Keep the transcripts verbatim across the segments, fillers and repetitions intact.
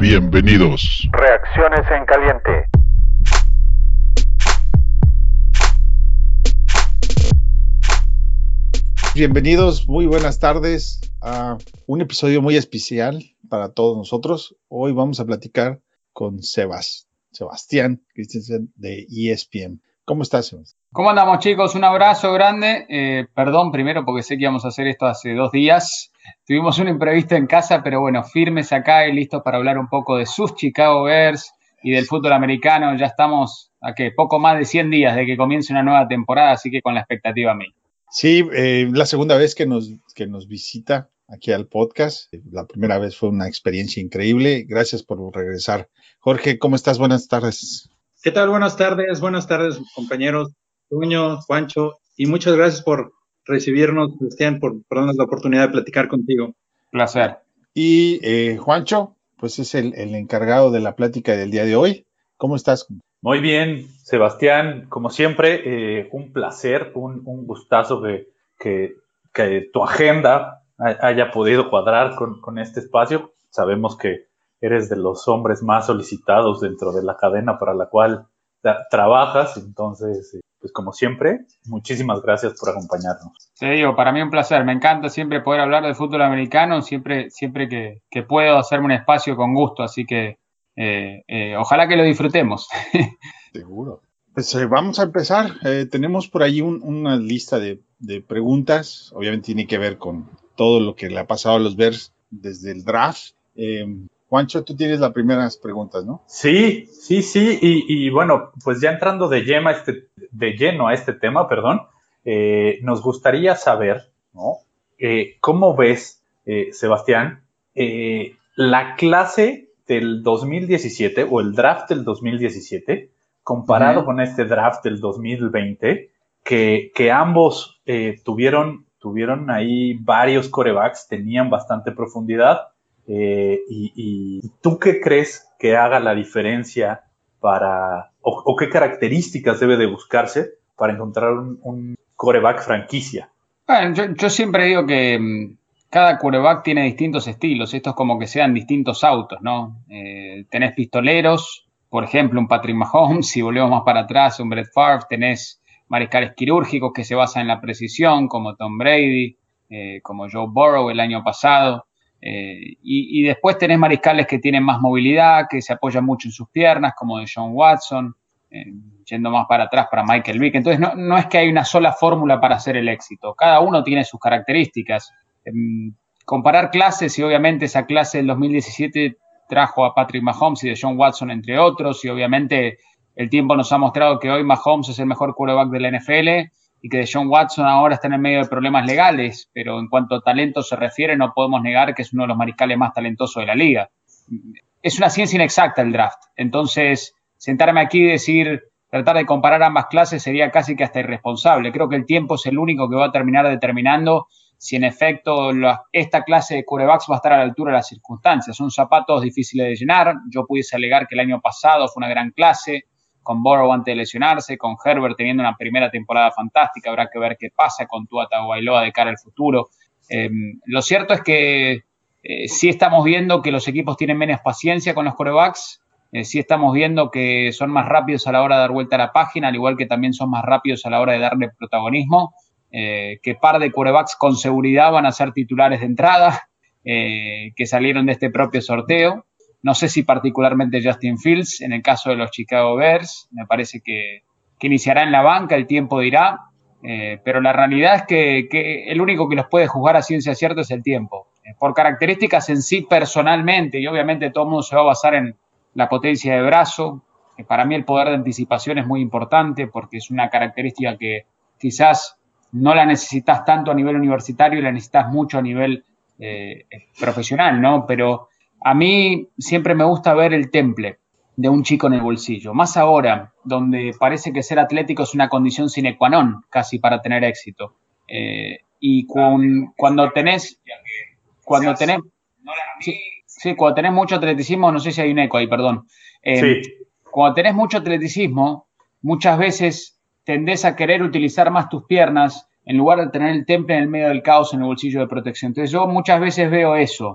Bienvenidos. Reacciones en caliente. Bienvenidos, muy buenas tardes a un episodio muy especial para todos nosotros. Hoy vamos a platicar con Sebas, Sebastián Christensen de E S P N. ¿Cómo estás, Sebas? ¿Cómo andamos, chicos? Un abrazo grande. Eh, perdón primero porque sé que íbamos a hacer esto hace dos días. Tuvimos un imprevisto en casa, pero bueno, firmes acá y listos para hablar un poco de sus Chicago Bears y del fútbol americano. Ya estamos a ¿qué? Poco más de cien días de que comience una nueva temporada, así que con la expectativa a mí. Sí, eh, la segunda vez que nos, que nos visita aquí al podcast. La primera vez fue una experiencia increíble. Gracias por regresar. Jorge, ¿cómo estás? Buenas tardes. ¿Qué tal? Buenas tardes, buenas tardes, compañeros, Toño, Juancho, y muchas gracias por recibirnos, Cristian, por, por darnos la oportunidad de platicar contigo. Placer. Y eh, Juancho, pues es el, el encargado de la plática del día de hoy. ¿Cómo estás? Muy bien, Sebastián, como siempre, eh, un placer, un, un gustazo que, que, que tu agenda haya podido cuadrar con, con este espacio. Sabemos que eres de los hombres más solicitados dentro de la cadena para la cual tra- trabajas, entonces, pues como siempre, muchísimas gracias por acompañarnos. Te digo, para mí un placer, me encanta siempre poder hablar de fútbol americano, siempre, siempre que, que puedo hacerme un espacio con gusto, así que eh, eh, ojalá que lo disfrutemos. Seguro. Pues eh, vamos a empezar. Eh, tenemos por ahí un, una lista de, de preguntas, obviamente tiene que ver con todo lo que le ha pasado a los Bears desde el draft. Eh, Juancho, tú tienes las primeras preguntas, ¿no? Sí, sí, sí, y, y bueno, pues ya entrando de lleno a este, de lleno a este tema, perdón, eh, nos gustaría saber, ¿no? Eh, ¿Cómo ves, eh, Sebastián, eh, la clase del dos mil diecisiete o el draft del dos mil diecisiete comparado uh-huh. con este draft del dos mil veinte, que, que ambos eh, tuvieron, tuvieron ahí varios quarterbacks, tenían bastante profundidad? Eh, y, y tú qué crees que haga la diferencia para, o, o qué características debe de buscarse para encontrar un, un quarterback franquicia? Bueno, yo, yo siempre digo que um, cada quarterback tiene distintos estilos. Esto es como que sean distintos autos, ¿no? Eh, tenés pistoleros, por ejemplo, un Patrick Mahomes, si volvemos más para atrás, un Brett Favre. Tenés mariscales quirúrgicos que se basan en la precisión, como Tom Brady, eh, como Joe Burrow el año pasado. Eh, y, y después tenés mariscales que tienen más movilidad, que se apoyan mucho en sus piernas, como de Deshaun Watson, eh, yendo más para atrás para Michael Vick. Entonces no, no es que hay una sola fórmula para hacer el éxito, cada uno tiene sus características. Eh, comparar clases, y obviamente esa clase del dos mil diecisiete trajo a Patrick Mahomes y Deshaun Watson, entre otros, y obviamente el tiempo nos ha mostrado que hoy Mahomes es el mejor quarterback de la N F L, y que Deshaun Watson ahora está en el medio de problemas legales, pero en cuanto a talento se refiere, no podemos negar que es uno de los mariscales más talentosos de la liga. Es una ciencia inexacta el draft, entonces sentarme aquí y decir, tratar de comparar ambas clases sería casi que hasta irresponsable. Creo que el tiempo es el único que va a terminar determinando si en efecto la, esta clase de quarterbacks va a estar a la altura de las circunstancias. Son zapatos difíciles de llenar. Yo pudiese alegar que el año pasado fue una gran clase, con Burrow antes de lesionarse, con Herbert teniendo una primera temporada fantástica. Habrá que ver qué pasa con Tua Tagovailoa de cara al futuro. Eh, lo cierto es que eh, sí estamos viendo que los equipos tienen menos paciencia con los quarterbacks, eh, sí estamos viendo que son más rápidos a la hora de dar vuelta a la página, al igual que también son más rápidos a la hora de darle protagonismo, eh, que par de quarterbacks con seguridad van a ser titulares de entrada, eh, que salieron de este propio sorteo. No sé si particularmente Justin Fields, en el caso de los Chicago Bears, me parece que, que iniciará en la banca, el tiempo dirá, eh, pero la realidad es que, que el único que los puede juzgar a ciencia cierta es el tiempo. Eh, por características en sí personalmente, y obviamente todo el mundo se va a basar en la potencia de brazo, que para mí el poder de anticipación es muy importante porque es una característica que quizás no la necesitas tanto a nivel universitario y la necesitas mucho a nivel eh, profesional, ¿no? Pero a mí siempre me gusta ver el temple de un chico en el bolsillo, más ahora, donde parece que ser atlético es una condición sine qua non, casi para tener éxito. Eh, y con, cuando tenés, cuando tenés, sí, sí, cuando tenés mucho atleticismo, no sé si hay un eco ahí, perdón. Eh, sí. Cuando tenés mucho atleticismo, muchas veces tendés a querer utilizar más tus piernas en lugar de tener el temple en el medio del caos en el bolsillo de protección. Entonces yo muchas veces veo eso.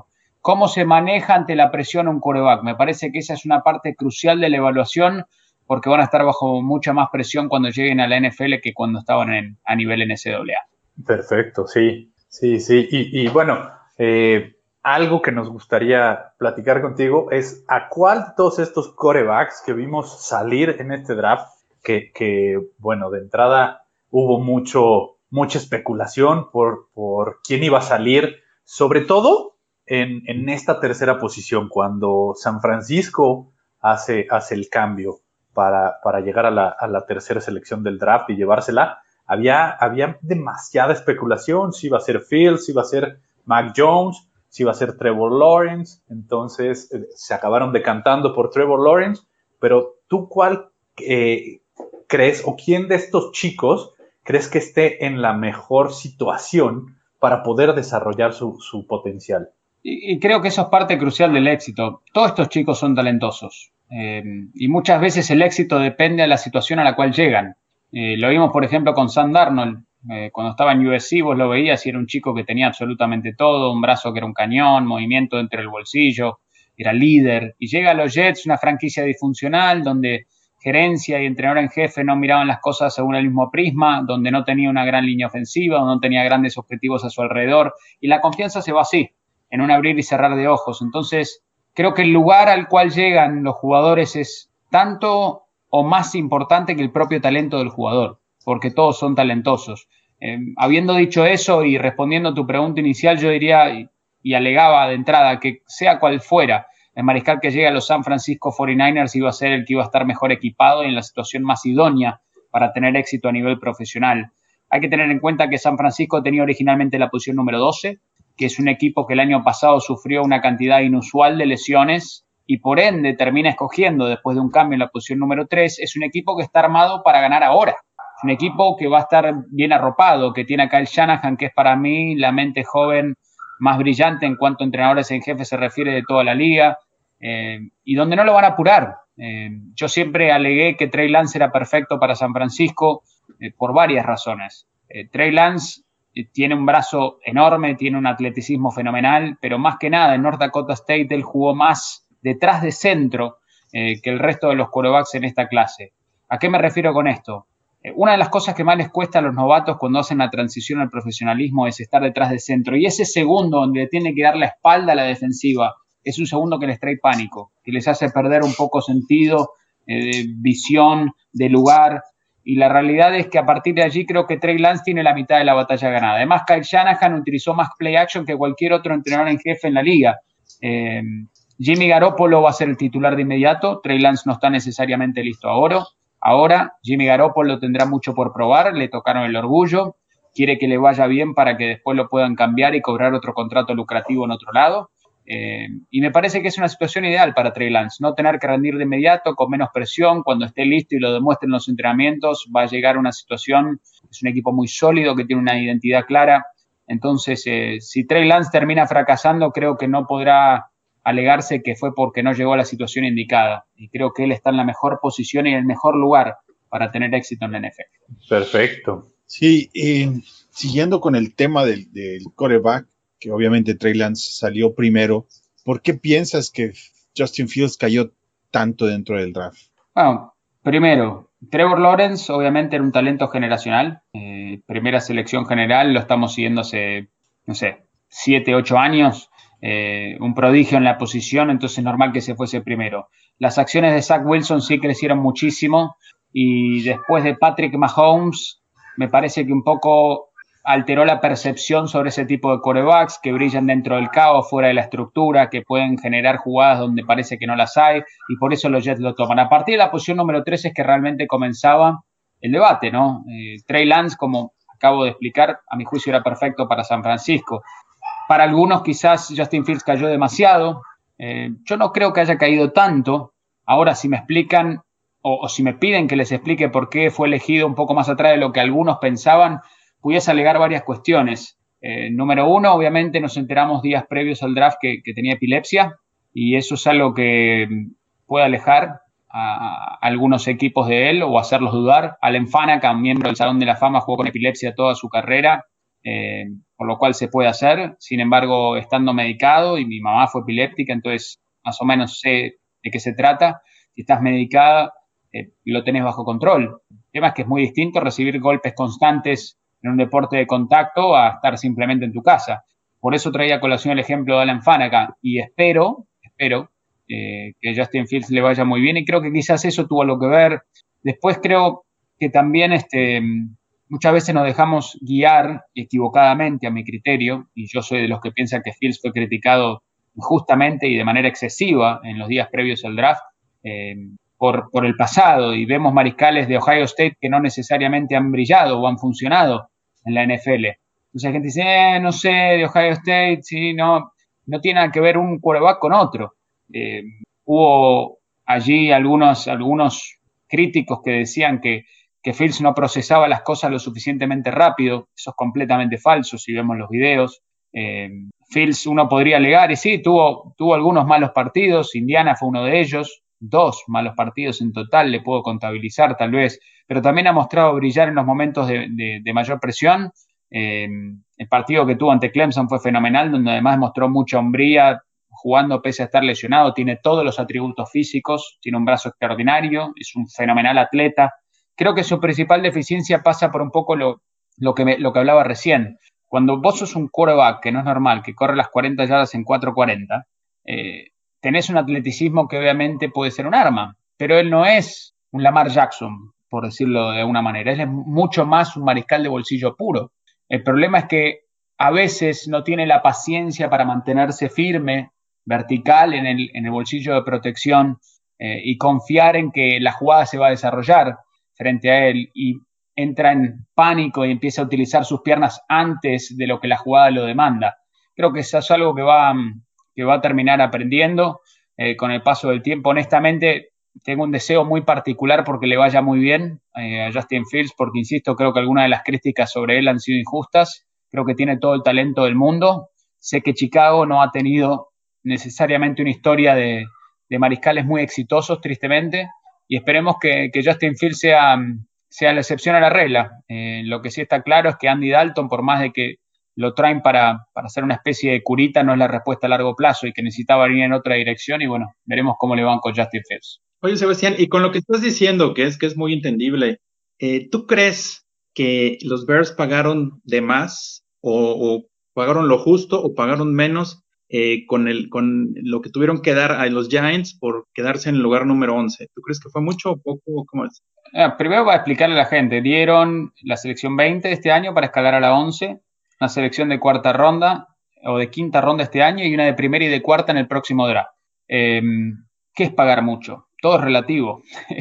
cómo se maneja ante la presión un quarterback. Me parece que esa es una parte crucial de la evaluación, porque van a estar bajo mucha más presión cuando lleguen a la N F L que cuando estaban en, a nivel N C double A. Perfecto, sí, sí, sí. Y, y bueno, eh, algo que nos gustaría platicar contigo es a cuál de todos estos quarterbacks que vimos salir en este draft, que, que bueno, de entrada hubo mucho, mucha especulación por, por quién iba a salir, sobre todo en, en esta tercera posición, cuando San Francisco hace, hace el cambio para, para llegar a la, a la tercera selección del draft y llevársela. Había, había demasiada especulación, si iba a ser Fields, si iba a ser Mac Jones, si iba a ser Trevor Lawrence. Entonces eh, se acabaron decantando por Trevor Lawrence. Pero tú, ¿cuál eh, crees o quién de estos chicos crees que esté en la mejor situación para poder desarrollar su, su potencial? Y, y creo que eso es parte crucial del éxito. Todos estos chicos son talentosos. Eh, y muchas veces el éxito depende de la situación a la cual llegan. Eh, lo vimos, por ejemplo, con Sam Darnold. Eh, cuando estaba en U S C, vos lo veías y era un chico que tenía absolutamente todo, un brazo que era un cañón, movimiento entre el bolsillo, era líder. Y llega a los Jets, una franquicia disfuncional, donde gerencia y entrenador en jefe no miraban las cosas según el mismo prisma, donde no tenía una gran línea ofensiva, donde no tenía grandes objetivos a su alrededor. Y la confianza se va así, en un abrir y cerrar de ojos. Entonces, creo que el lugar al cual llegan los jugadores es tanto o más importante que el propio talento del jugador, porque todos son talentosos. Eh, habiendo dicho eso y respondiendo a tu pregunta inicial, yo diría y, y alegaba de entrada que sea cual fuera el mariscal que llegue a los San Francisco cuarenta y nueve ers iba a ser el que iba a estar mejor equipado y en la situación más idónea para tener éxito a nivel profesional. Hay que tener en cuenta que San Francisco tenía originalmente la posición número doce, que es un equipo que el año pasado sufrió una cantidad inusual de lesiones y por ende termina escogiendo después de un cambio en la posición número tres. Es un equipo que está armado para ganar ahora. Es un equipo que va a estar bien arropado, que tiene a Kyle Shanahan, que es para mí la mente joven más brillante en cuanto a entrenadores en jefe se refiere de toda la liga, eh, y donde no lo van a apurar. Eh, yo siempre alegué que Trey Lance era perfecto para San Francisco eh, por varias razones. Eh, Trey Lance tiene un brazo enorme, tiene un atleticismo fenomenal, pero más que nada en North Dakota State él jugó más detrás de centro eh, que el resto de los quarterbacks en esta clase. ¿A qué me refiero con esto? Eh, una de las cosas que más les cuesta a los novatos cuando hacen la transición al profesionalismo es estar detrás de centro. Y ese segundo donde le tiene que dar la espalda a la defensiva es un segundo que les trae pánico, que les hace perder un poco sentido, eh, visión, de lugar. Y la realidad es que a partir de allí creo que Trey Lance tiene la mitad de la batalla ganada. Además, Kyle Shanahan utilizó más play action que cualquier otro entrenador en jefe en la liga. Eh, Jimmy Garoppolo va a ser el titular de inmediato. Trey Lance no está necesariamente listo ahora. Ahora, Jimmy Garoppolo tendrá mucho por probar. Le tocaron el orgullo. Quiere que le vaya bien para que después lo puedan cambiar y cobrar otro contrato lucrativo en otro lado. Eh, y me parece que es una situación ideal para Trey Lance, no tener que rendir de inmediato, con menos presión. Cuando esté listo y lo demuestre en los entrenamientos, va a llegar a una situación, es un equipo muy sólido, que tiene una identidad clara. Entonces, eh, si Trey Lance termina fracasando, creo que no podrá alegarse que fue porque no llegó a la situación indicada. Y creo que él está en la mejor posición y en el mejor lugar para tener éxito en la N F L. Perfecto. Sí, eh, siguiendo con el tema del, del quarterback, que obviamente Trey Lance salió primero, ¿por qué piensas que Justin Fields cayó tanto dentro del draft? Bueno, primero, Trevor Lawrence obviamente era un talento generacional. Eh, primera selección general, lo estamos siguiendo hace, no sé, siete, ocho años. Eh, un prodigio en la posición, entonces es normal que se fuese primero. Las acciones de Zach Wilson sí crecieron muchísimo y después de Patrick Mahomes, me parece que un poco alteró la percepción sobre ese tipo de quarterbacks que brillan dentro del caos, fuera de la estructura, que pueden generar jugadas donde parece que no las hay, y por eso los Jets lo toman. A partir de la posición número tres es que realmente comenzaba el debate, ¿no? Eh, Trey Lance, como acabo de explicar, a mi juicio era perfecto para San Francisco. Para algunos quizás Justin Fields cayó demasiado. Eh, yo no creo que haya caído tanto. Ahora, si me explican o, o si me piden que les explique por qué fue elegido un poco más atrás de lo que algunos pensaban, pudiese alegar varias cuestiones. Eh, número uno, obviamente nos enteramos días previos al draft que, que tenía epilepsia y eso es algo que puede alejar a, a algunos equipos de él o hacerlos dudar. Allen Faneca, miembro del Salón de la Fama, jugó con epilepsia toda su carrera. eh, por lo cual se puede hacer. Sin embargo, estando medicado, y mi mamá fue epiléptica, entonces más o menos sé de qué se trata. Si estás medicada, eh, lo tenés bajo control. El tema es que es muy distinto recibir golpes constantes en un deporte de contacto a estar simplemente en tu casa. Por eso traía a colación el ejemplo de Alan Faneca, y espero, espero eh, que Justin Fields le vaya muy bien, y creo que quizás eso tuvo algo que ver. Después creo que también este, muchas veces nos dejamos guiar equivocadamente, a mi criterio, y yo soy de los que piensan que Fields fue criticado injustamente y de manera excesiva en los días previos al draft, eh, por, por el pasado, y vemos mariscales de Ohio State que no necesariamente han brillado o han funcionado en la N F L. Entonces la gente dice, eh, no sé, de Ohio State, sí, no, no tiene nada que ver un quarterback con otro. Eh, hubo allí algunos, algunos críticos que decían que, que Fields no procesaba las cosas lo suficientemente rápido. Eso es completamente falso si vemos los videos. Eh, Fields, uno podría alegar, y sí, tuvo, tuvo algunos malos partidos. Indiana fue uno de ellos, dos malos partidos en total, le puedo contabilizar tal vez, pero también ha mostrado brillar en los momentos de, de, de mayor presión. Eh, el partido que tuvo ante Clemson fue fenomenal, donde además mostró mucha hombría, jugando pese a estar lesionado, tiene todos los atributos físicos, tiene un brazo extraordinario, es un fenomenal atleta. Creo que su principal deficiencia pasa por un poco lo, lo, que, me, lo que hablaba recién. Cuando vos sos un quarterback, que no es normal, que corre las cuarenta yardas en cuatro cuarenta, eh, tenés un atleticismo que obviamente puede ser un arma, pero él no es un Lamar Jackson, por decirlo de alguna manera, él es mucho más un mariscal de bolsillo puro. El problema es que a veces no tiene la paciencia para mantenerse firme, vertical en el, en el bolsillo de protección, eh, y confiar en que la jugada se va a desarrollar frente a él, y entra en pánico y empieza a utilizar sus piernas antes de lo que la jugada lo demanda. Creo que eso es algo que va, que va a terminar aprendiendo eh, con el paso del tiempo. Honestamente, tengo un deseo muy particular porque le vaya muy bien eh, a Justin Fields, porque insisto, creo que algunas de las críticas sobre él han sido injustas. Creo que tiene todo el talento del mundo. Sé que Chicago no ha tenido necesariamente una historia de, de mariscales muy exitosos, tristemente, y esperemos que, que Justin Fields sea, sea la excepción a la regla. Eh, lo que sí está claro es que Andy Dalton, por más de que lo traen para, para hacer una especie de curita, no es la respuesta a largo plazo, y que necesitaba ir en otra dirección, y bueno, veremos cómo le van con Justin Fields. Oye, Sebastián, y con lo que estás diciendo, que es que es muy entendible, eh, ¿tú crees que los Bears pagaron de más o, o pagaron lo justo o pagaron menos eh, con, el, con lo que tuvieron que dar a los Giants por quedarse en el lugar número once? ¿Tú crees que fue mucho o poco? ¿Cómo es? Eh, primero, para explicarle a la gente, dieron la selección veinte de este año para escalar a la once, una selección de cuarta ronda o de quinta ronda este año, y una de primera y de cuarta en el próximo draft. Eh, ¿Qué es pagar mucho? Todo es relativo.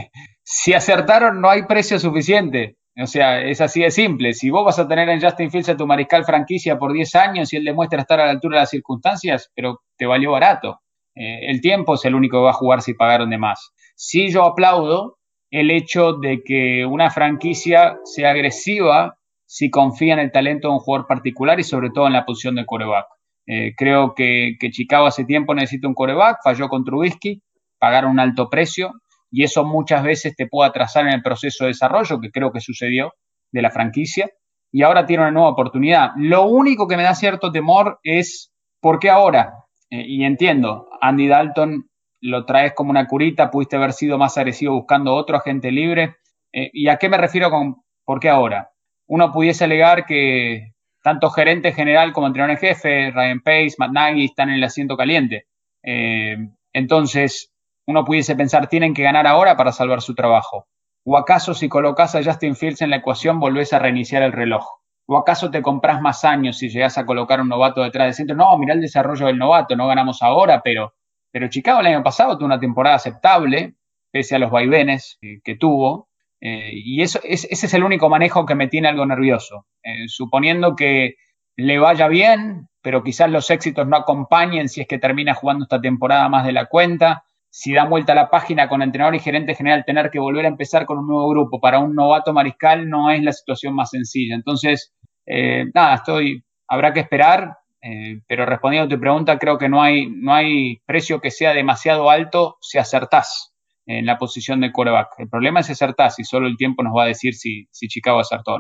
Si acertaron, no hay precio suficiente. O sea, es así de simple. Si vos vas a tener en Justin Fields a tu mariscal franquicia por diez años y él demuestra estar a la altura de las circunstancias, pero te valió barato. Eh, el tiempo es el único que va a jugar si pagaron de más. Sí, yo aplaudo el hecho de que una franquicia sea agresiva si confía en el talento de un jugador particular, y sobre todo en la posición de quarterback. Eh, creo que, que Chicago hace tiempo necesita un quarterback, falló con Trubisky, pagaron un alto precio, y eso muchas veces te puede atrasar en el proceso de desarrollo, que creo que sucedió, de la franquicia, y ahora tiene una nueva oportunidad. Lo único que me da cierto temor es ¿por qué ahora? Eh, y entiendo, Andy Dalton lo traes como una curita, pudiste haber sido más agresivo buscando otro agente libre. Eh, ¿Y a qué me refiero con por qué ahora? Uno pudiese alegar que tanto gerente general como entrenador en jefe, Ryan Pace, Matt Nagy, están en el asiento caliente. Eh, entonces, uno pudiese pensar, tienen que ganar ahora para salvar su trabajo. ¿O acaso si colocas a Justin Fields en la ecuación volvés a reiniciar el reloj? ¿O acaso te compras más años si llegás a colocar un novato detrás del centro? No, mirá el desarrollo del novato, no ganamos ahora, pero, pero Chicago el año pasado tuvo una temporada aceptable, pese a los vaivenes que, que tuvo, eh, y eso, es, ese es el único manejo que me tiene algo nervioso. Eh, suponiendo que le vaya bien, pero quizás los éxitos no acompañen si es que termina jugando esta temporada más de la cuenta. Si dan vuelta a la página con entrenador y gerente general, tener que volver a empezar con un nuevo grupo para un novato mariscal no es la situación más sencilla. Entonces, eh, nada, estoy, habrá que esperar, eh, pero respondiendo a tu pregunta, creo que no hay, no hay precio que sea demasiado alto si acertás en la posición de quarterback. El problema es si acertás, y solo el tiempo nos va a decir si, si Chicago acertó o no.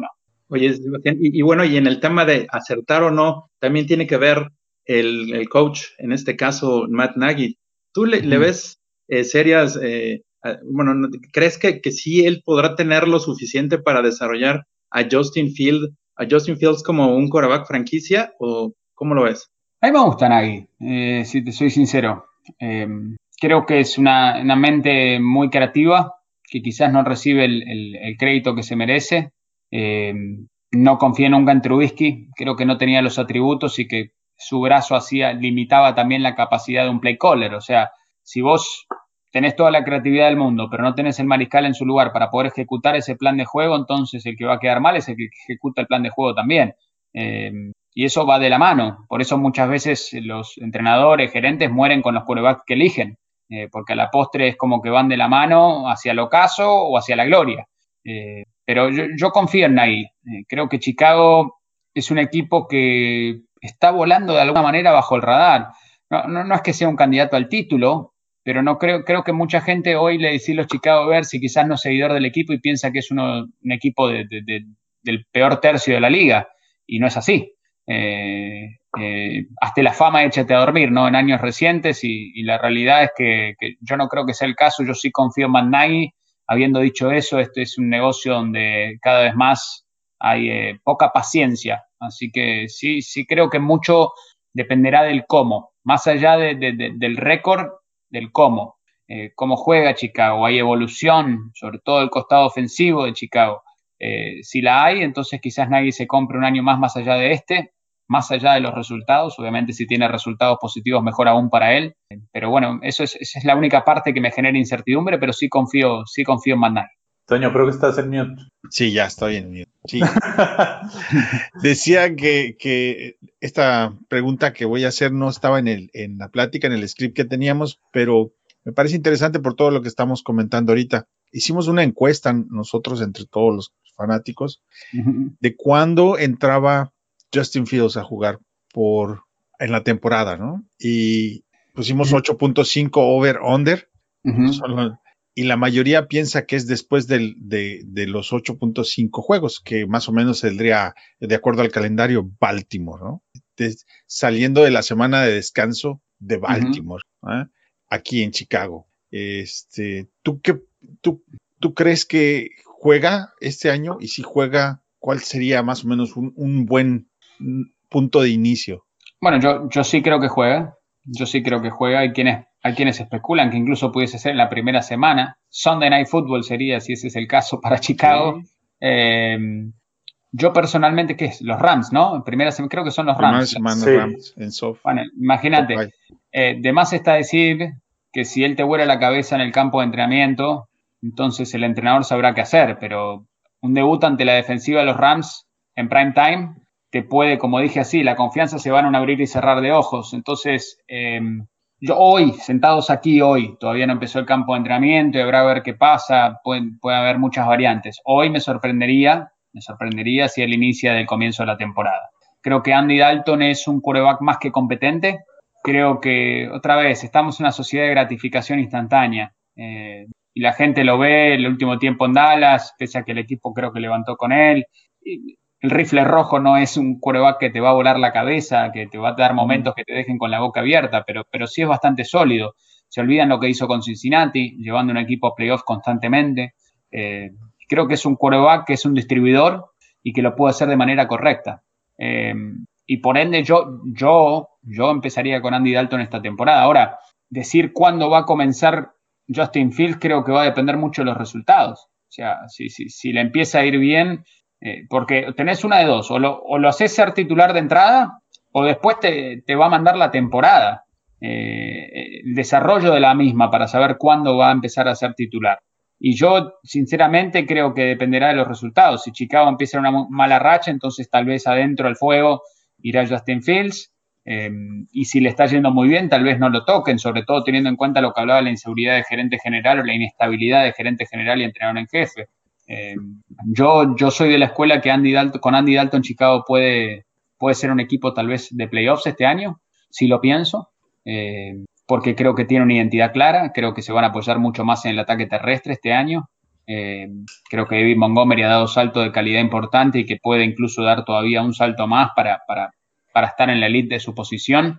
Oye, Sebastián, y, y bueno, y en el tema de acertar o no, también tiene que ver el, el coach, en este caso Matt Nagy. ¿Tú le, le ves eh, serias, eh, a- bueno, no- crees que, que sí él podrá tener lo suficiente para desarrollar a Justin Field, a Justin Fields como un quarterback franquicia o cómo lo ves? A mí me gusta Nagy, eh, si te soy sincero. Eh, creo que es una, una mente muy creativa, que quizás no recibe el, el- el crédito que se merece. Eh, no confía nunca en Trubisky, creo que no tenía los atributos y que su brazo hacía, limitaba también la capacidad de un play caller. O sea, si vos tenés toda la creatividad del mundo, pero no tenés el mariscal en su lugar para poder ejecutar ese plan de juego, entonces el que va a quedar mal es el que ejecuta el plan de juego también. Eh, y eso va de la mano. Por eso muchas veces los entrenadores, gerentes mueren con los quarterbacks que eligen, eh, porque a la postre es como que van de la mano hacia el ocaso o hacia la gloria. Eh, pero yo, yo, confío en Nagy. Eh, creo que Chicago es un equipo que está volando de alguna manera bajo el radar. No, no, no es que sea un candidato al título, pero no creo, creo que mucha gente hoy le dice los Chicago Bears y quizás no es seguidor del equipo y piensa que es uno, un equipo de, de, de, del peor tercio de la liga, y no es así. Eh, eh, hasta la fama échate a dormir, ¿no? En años recientes y, y la realidad es que, que, yo no creo que sea el caso. Yo sí confío en Matt Nagy. Habiendo dicho eso, este es un negocio donde cada vez más hay eh, poca paciencia, así que sí, sí creo que mucho dependerá del cómo, más allá de, de, de, del récord, del cómo. Eh, cómo juega Chicago, hay evolución, sobre todo el costado ofensivo de Chicago. Eh, si la hay, entonces quizás Nagy se compre un año más más allá de este, más allá de los resultados. Obviamente si tiene resultados positivos mejor aún para él, pero bueno, eso es, esa es la única parte que me genera incertidumbre, pero sí confío, sí confío en Matt Nagy. Toño, creo que estás en mute. Sí, ya estoy en mute. Sí. Decía que, que esta pregunta que voy a hacer no estaba en, el, en la plática, en el script que teníamos, pero me parece interesante por todo lo que estamos comentando ahorita. Hicimos una encuesta nosotros entre todos los fanáticos de cuándo entraba Justin Fields a jugar por en la temporada, ¿no? Y pusimos ocho punto cinco over-under. Uh-huh. Solo, y la mayoría piensa que es después del, de, de los ocho punto cinco juegos, que más o menos saldría, de acuerdo al calendario, Baltimore, ¿no? De, saliendo de la semana de descanso de Baltimore, uh-huh. ¿eh? Aquí en Chicago. Este, ¿tú, qué, tú, ¿Tú crees que juega este año? Y si juega, ¿cuál sería más o menos un, un buen punto de inicio? Bueno, yo, yo sí creo que juega. Yo sí creo que juega. Hay quienes, hay quienes especulan que incluso pudiese ser en la primera semana. Sunday Night Football sería, si ese es el caso, para Chicago. Sí. Eh, yo personalmente, ¿qué es? Los Rams, ¿no? En primera semana, creo que son los primera Rams. Semana sí. Rams en soft. Bueno, imagínate. Eh, de más está decir que si él te vuela la cabeza en el campo de entrenamiento, entonces el entrenador sabrá qué hacer. Pero un debut ante la defensiva de los Rams en prime time te puede, como dije así, la confianza se va en un abrir y cerrar de ojos. Entonces, eh, yo hoy, sentados aquí hoy, todavía no empezó el campo de entrenamiento y habrá que ver qué pasa, puede, puede haber muchas variantes. Hoy me sorprendería, me sorprendería si él inicia del comienzo de la temporada. Creo que Andy Dalton es un quarterback más que competente. Creo que, otra vez, estamos en una sociedad de gratificación instantánea. Eh, y la gente lo ve el último tiempo en Dallas, pese a que el equipo creo que levantó con él. Y, el rifle rojo no es un quarterback que te va a volar la cabeza, que te va a dar momentos que te dejen con la boca abierta, pero, pero sí es bastante sólido. Se olvidan lo que hizo con Cincinnati, llevando un equipo a playoffs constantemente. Eh, creo que es un quarterback que es un distribuidor y que lo puede hacer de manera correcta. Eh, y por ende yo, yo, yo empezaría con Andy Dalton esta temporada. Ahora, decir cuándo va a comenzar Justin Fields creo que va a depender mucho de los resultados. O sea, si, si, si le empieza a ir bien... Eh, porque tenés una de dos, o lo, o lo haces ser titular de entrada o después te, te va a mandar la temporada, eh, el desarrollo de la misma para saber cuándo va a empezar a ser titular. Y yo sinceramente creo que dependerá de los resultados. Si Chicago empieza una mala racha, entonces tal vez adentro al fuego irá Justin Fields, eh, y si le está yendo muy bien tal vez no lo toquen, sobre todo teniendo en cuenta lo que hablaba de la inseguridad de gerente general o la inestabilidad de gerente general y entrenador en jefe. Eh, yo, yo soy de la escuela que Andy Dalton, con Andy Dalton Chicago puede, puede ser un equipo tal vez de playoffs este año, si lo pienso, eh, porque creo que tiene una identidad clara, creo que se van a apoyar mucho más en el ataque terrestre este año, Eh, creo que David Montgomery ha dado salto de calidad importante y que puede incluso dar todavía un salto más para, para, para estar en la elite de su posición.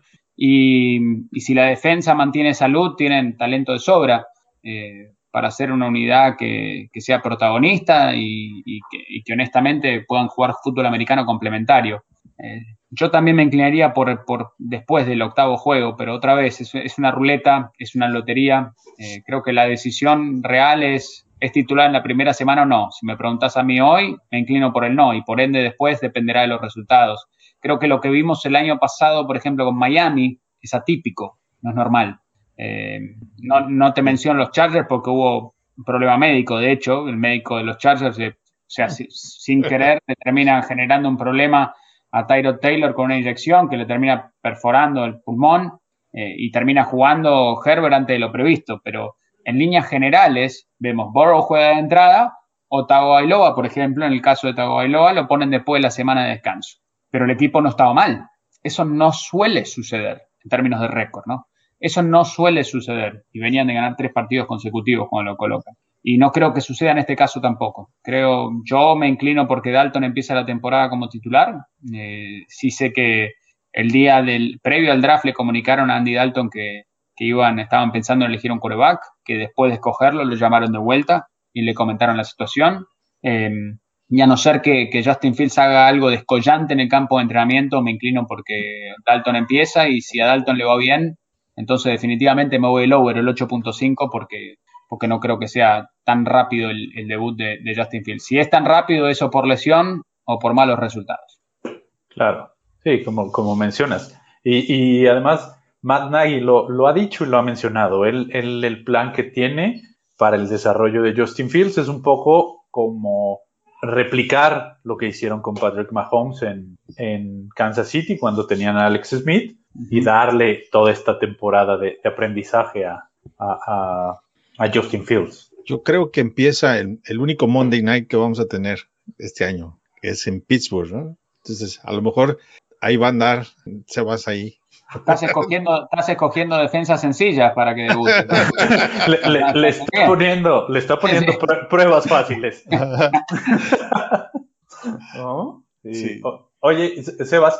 Y, y si la defensa mantiene salud, tienen talento de sobra eh, para ser una unidad que, que sea protagonista y, y, que, y que honestamente puedan jugar fútbol americano complementario. Eh, yo también me inclinaría por, por después del octavo juego, pero otra vez es, es una ruleta, es una lotería. Eh, creo que la decisión real es, ¿es titular en la primera semana o no? Si me preguntas a mí hoy, me inclino por el no y por ende después dependerá de los resultados. Creo que lo que vimos el año pasado, por ejemplo, con Miami, es atípico, no es normal. Eh, no, no te menciono los Chargers porque hubo un problema médico. De hecho, el médico de los Chargers, eh, o sea, si, sin querer, le termina generando un problema a Tyrod Taylor con una inyección que le termina perforando el pulmón eh, y termina jugando Herbert antes de lo previsto. Pero en líneas generales, vemos Burrow juega de entrada o Tagovailoa, por ejemplo, en el caso de Tagovailoa, lo ponen después de la semana de descanso. Pero el equipo no estaba mal. Eso no suele suceder en términos de récord, ¿no? Eso no suele suceder. Y venían de ganar tres partidos consecutivos cuando lo colocan. Y no creo que suceda en este caso tampoco. Creo, yo me inclino porque Dalton empieza la temporada como titular. Eh, sí sé que el día del previo al draft le comunicaron a Andy Dalton que, que iban, estaban pensando en elegir un quarterback, que después de escogerlo lo llamaron de vuelta y le comentaron la situación. Eh, y a no ser que, que Justin Fields haga algo descollante en el campo de entrenamiento, me inclino porque Dalton empieza y si a Dalton le va bien, entonces definitivamente me voy el over, el ocho punto cinco, porque, porque no creo que sea tan rápido el, el debut de, de Justin Fields. Si es tan rápido, eso por lesión o por malos resultados. Claro, sí, como, como mencionas. Y, y además, Matt Nagy lo, lo ha dicho y lo ha mencionado. Él, él, el plan que tiene para el desarrollo de Justin Fields es un poco como replicar lo que hicieron con Patrick Mahomes en, en Kansas City cuando tenían a Alex Smith y darle toda esta temporada de, de aprendizaje a, a, a Justin Fields. Yo creo que empieza el, el único Monday Night que vamos a tener este año, que es en Pittsburgh, ¿no? Entonces, a lo mejor ahí va a andar, se vas ahí. Estás escogiendo, estás escogiendo defensas sencillas para que debute. le, le, le, está poniendo, le está poniendo sí, sí. pruebas fáciles. ¿No? Sí. Sí. O, oye, Sebas,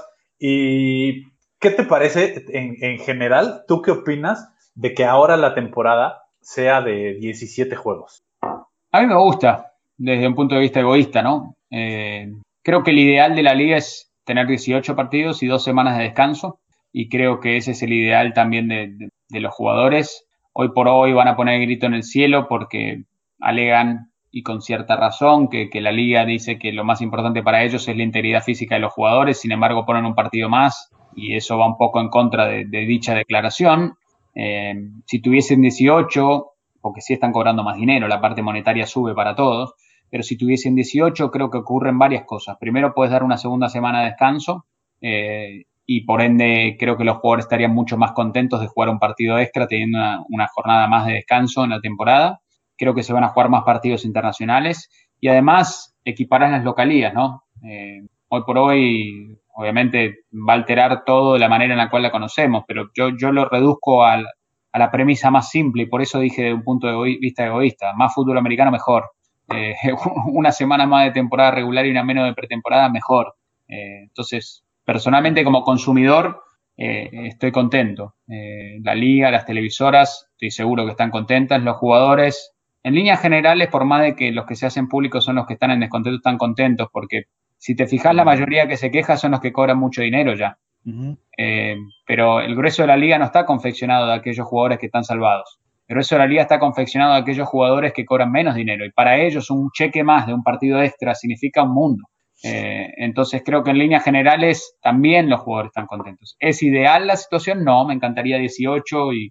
¿y qué te parece en, en general? ¿Tú qué opinas de que ahora la temporada sea de diecisiete juegos? A mí me gusta, desde un punto de vista egoísta, ¿no? Eh, creo que el ideal de la liga es tener dieciocho partidos y dos semanas de descanso. Y creo que ese es el ideal también de, de, de los jugadores. Hoy por hoy van a poner el grito en el cielo porque alegan, y con cierta razón, que, que la liga dice que lo más importante para ellos es la integridad física de los jugadores. Sin embargo, ponen un partido más y eso va un poco en contra de, de dicha declaración. Eh, si tuviesen dieciocho, porque sí están cobrando más dinero, la parte monetaria sube para todos, pero si tuviesen dieciocho creo que ocurren varias cosas. Primero, puedes dar una segunda semana de descanso, eh, y por ende creo que los jugadores estarían mucho más contentos de jugar un partido extra teniendo una, una jornada más de descanso en la temporada. Creo que se van a jugar más partidos internacionales y además equiparán las localías, ¿no? Eh, hoy por hoy, obviamente, va a alterar todo de la manera en la cual la conocemos, pero yo, yo lo reduzco al, a la premisa más simple y por eso dije de un punto de vista egoísta, más fútbol americano mejor. Eh, una semana más de temporada regular y una menos de pretemporada mejor. Eh, entonces, personalmente como consumidor eh, estoy contento. Eh, la liga, las televisoras, estoy seguro que están contentas. Los jugadores, en líneas generales, por más de que los que se hacen públicos son los que están en descontento, están contentos porque si te fijas, la mayoría que se queja son los que cobran mucho dinero ya. Uh-huh. Eh, pero el grueso de la liga no está confeccionado de aquellos jugadores que están salvados. El grueso de la liga está confeccionado de aquellos jugadores que cobran menos dinero y para ellos un cheque más de un partido extra significa un mundo. Eh, entonces creo que en líneas generales también los jugadores están contentos. ¿Es ideal la situación? No, me encantaría dieciocho y,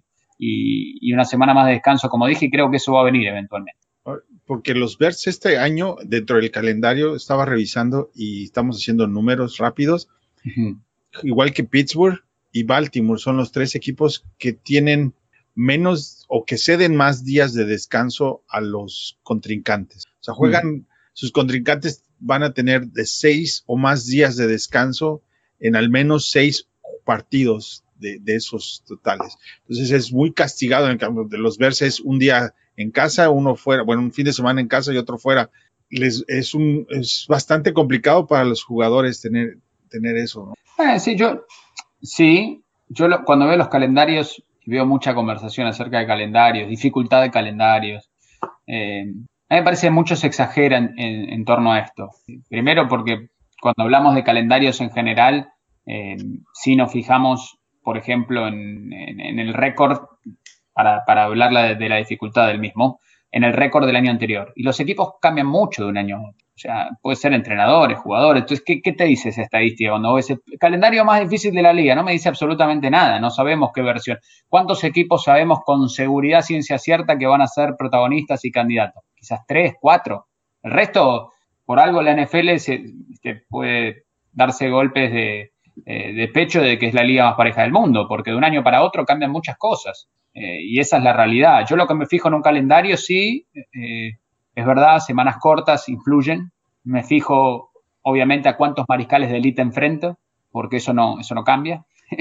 y, y una semana más de descanso, como dije, y creo que eso va a venir eventualmente. Porque los Bears este año, dentro del calendario, estaba revisando y estamos haciendo números rápidos, uh-huh. Igual que Pittsburgh y Baltimore son los tres equipos que tienen menos o que ceden más días de descanso a los contrincantes. O sea, juegan, uh-huh. Sus contrincantes van a tener de seis o más días de descanso en al menos seis partidos de, de esos totales. Entonces es muy castigado. En el cambio de los Bears es un día en casa, uno fuera, bueno, un fin de semana en casa y otro fuera. Les, es, un, es bastante complicado para los jugadores tener, tener eso, ¿no? Eh, sí, yo, sí, yo lo, cuando veo los calendarios, veo mucha conversación acerca de calendarios, dificultad de calendarios. Eh, a mí me parece que muchos exageran en, en torno a esto. Primero porque cuando hablamos de calendarios en general, eh, si nos fijamos, por ejemplo, en, en, en el récord, para, para hablar de, de la dificultad del mismo, en el récord del año anterior. Y los equipos cambian mucho de un año a otro. O sea, puede ser entrenadores, jugadores. Entonces, ¿qué, qué te dice esa estadística? Cuando ves el calendario más difícil de la liga, no me dice absolutamente nada. No sabemos qué versión. ¿Cuántos equipos sabemos con seguridad, ciencia cierta, que van a ser protagonistas y candidatos? Quizás tres, cuatro. El resto, por algo la N F L se, se puede darse golpes de, de, de pecho de que es la liga más pareja del mundo, porque de un año para otro cambian muchas cosas. Eh, y esa es la realidad. Yo lo que me fijo en un calendario, sí, eh, es verdad, semanas cortas influyen. Me fijo, obviamente, a cuántos mariscales de élite enfrento, porque eso no, eso no cambia.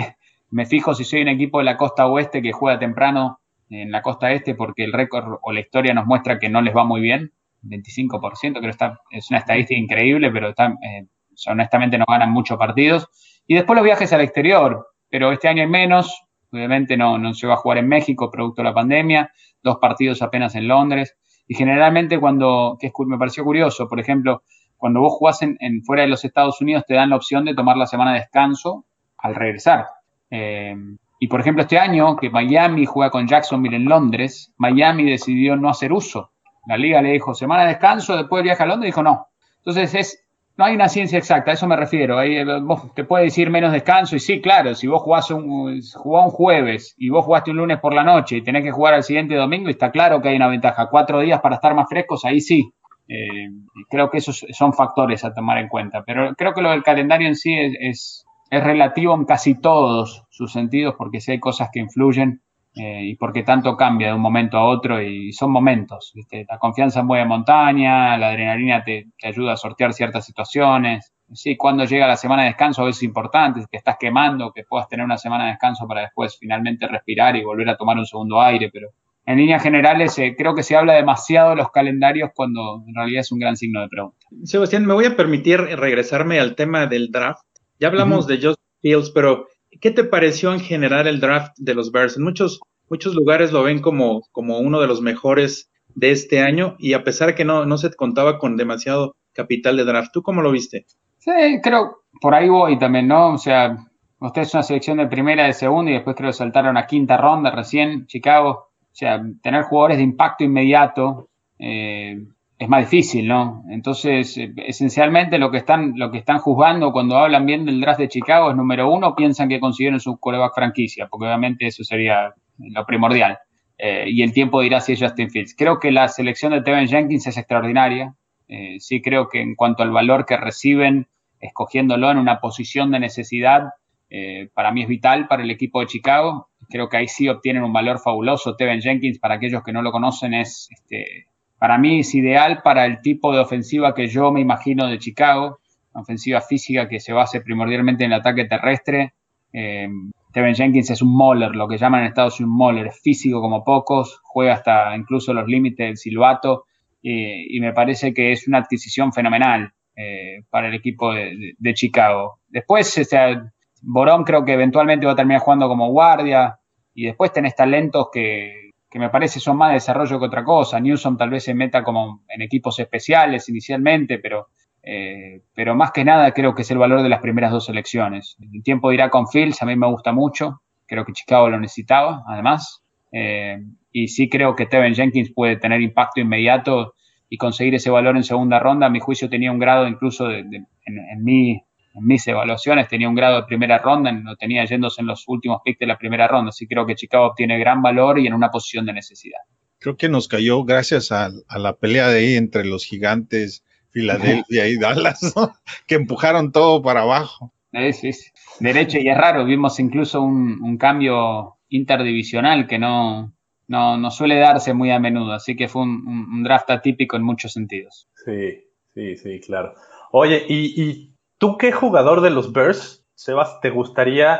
Me fijo si soy un equipo de la costa oeste que juega temprano en la costa este, porque el récord o la historia nos muestra que no les va muy bien. veinticinco por ciento, creo que está, es una estadística increíble, pero está, eh, honestamente no ganan muchos partidos. Y después los viajes al exterior, pero este año hay menos. Obviamente no, no se va a jugar en México, producto de la pandemia, dos partidos apenas en Londres. Y generalmente cuando, que es, me pareció curioso, por ejemplo, cuando vos jugás en, en fuera de los Estados Unidos te dan la opción de tomar la semana de descanso al regresar. Eh, y por ejemplo este año que Miami juega con Jacksonville en Londres, Miami decidió no hacer uso. La liga le dijo semana de descanso, después del viaje a Londres, dijo no. Entonces es... No hay una ciencia exacta, a eso me refiero. Ahí, vos te puede decir menos descanso y sí, claro, si vos jugás un, jugás un jueves y vos jugaste un lunes por la noche y tenés que jugar al siguiente domingo, está claro que hay una ventaja. Cuatro días para estar más frescos, ahí sí. Eh, creo que esos son factores a tomar en cuenta. Pero creo que lo del calendario en sí es, es, es relativo en casi todos sus sentidos, porque sí hay cosas que influyen eh, y porque tanto cambia de un momento a otro y son momentos, ¿viste? La confianza mueve montaña, la adrenalina te, te ayuda a sortear ciertas situaciones. Sí, cuando llega la semana de descanso a veces es importante, te estás quemando, que puedas tener una semana de descanso para después finalmente respirar y volver a tomar un segundo aire, pero en líneas generales eh, creo que se habla demasiado de los calendarios cuando en realidad es un gran signo de pregunta. Sebastián, me voy a permitir regresarme al tema del draft. Ya hablamos uh-huh. de Justin Fields, pero ¿qué te pareció en general el draft de los Bears? En muchos, muchos lugares lo ven como, como uno de los mejores de este año y a pesar que no, no se contaba con demasiado capital de draft. ¿Tú cómo lo viste? Sí, creo, por ahí voy también, ¿no? O sea, usted es una selección de primera, de segunda y después creo que saltaron a quinta ronda recién, Chicago. O sea, tener jugadores de impacto inmediato eh, es más difícil, ¿no? Entonces, eh, esencialmente lo que están lo que están juzgando cuando hablan bien del draft de Chicago es, número uno, piensan que consiguieron su quarterback franquicia, porque obviamente eso sería lo primordial. Eh, y el tiempo dirá si es Justin Fields. Creo que la selección de Teven Jenkins es extraordinaria. Eh, sí creo que en cuanto al valor que reciben, escogiéndolo en una posición de necesidad, eh, para mí es vital para el equipo de Chicago. Creo que ahí sí obtienen un valor fabuloso. Teven Jenkins, para aquellos que no lo conocen, es este, para mí es ideal para el tipo de ofensiva que yo me imagino de Chicago, una ofensiva física que se base primordialmente en el ataque terrestre. Eh, Teven Jenkins es un mauler, lo que llaman en Estados Unidos un mauler, es físico como pocos, juega hasta incluso los límites del silbato eh, y me parece que es una adquisición fenomenal eh, para el equipo de, de, de Chicago. Después, o sea, Borón creo que eventualmente va a terminar jugando como guardia y después tenés talentos que, que me parece son más de desarrollo que otra cosa. Newsom tal vez se meta como en equipos especiales inicialmente, pero, eh, pero más que nada creo que es el valor de las primeras dos selecciones. El tiempo dirá con Fields, a mí me gusta mucho, creo que Chicago lo necesitaba además, eh, y sí creo que Teven Jenkins puede tener impacto inmediato y conseguir ese valor en segunda ronda. A mi juicio tenía un grado incluso de, de, en, en mi... en mis evaluaciones tenía un grado de primera ronda, lo tenía yéndose en los últimos picks de la primera ronda, así creo que Chicago obtiene gran valor y en una posición de necesidad. Creo que nos cayó gracias a, a la pelea de ahí entre los Gigantes, Filadelfia y Dallas, ¿no? Que empujaron todo para abajo. Sí, sí, sí. Derecho, y es raro, vimos incluso un, un cambio interdivisional que no, no, no suele darse muy a menudo, así que fue un, un, un draft atípico en muchos sentidos. Sí, sí, sí, claro. Oye, y... y... ¿tú qué jugador de los Bears, Sebas, te gustaría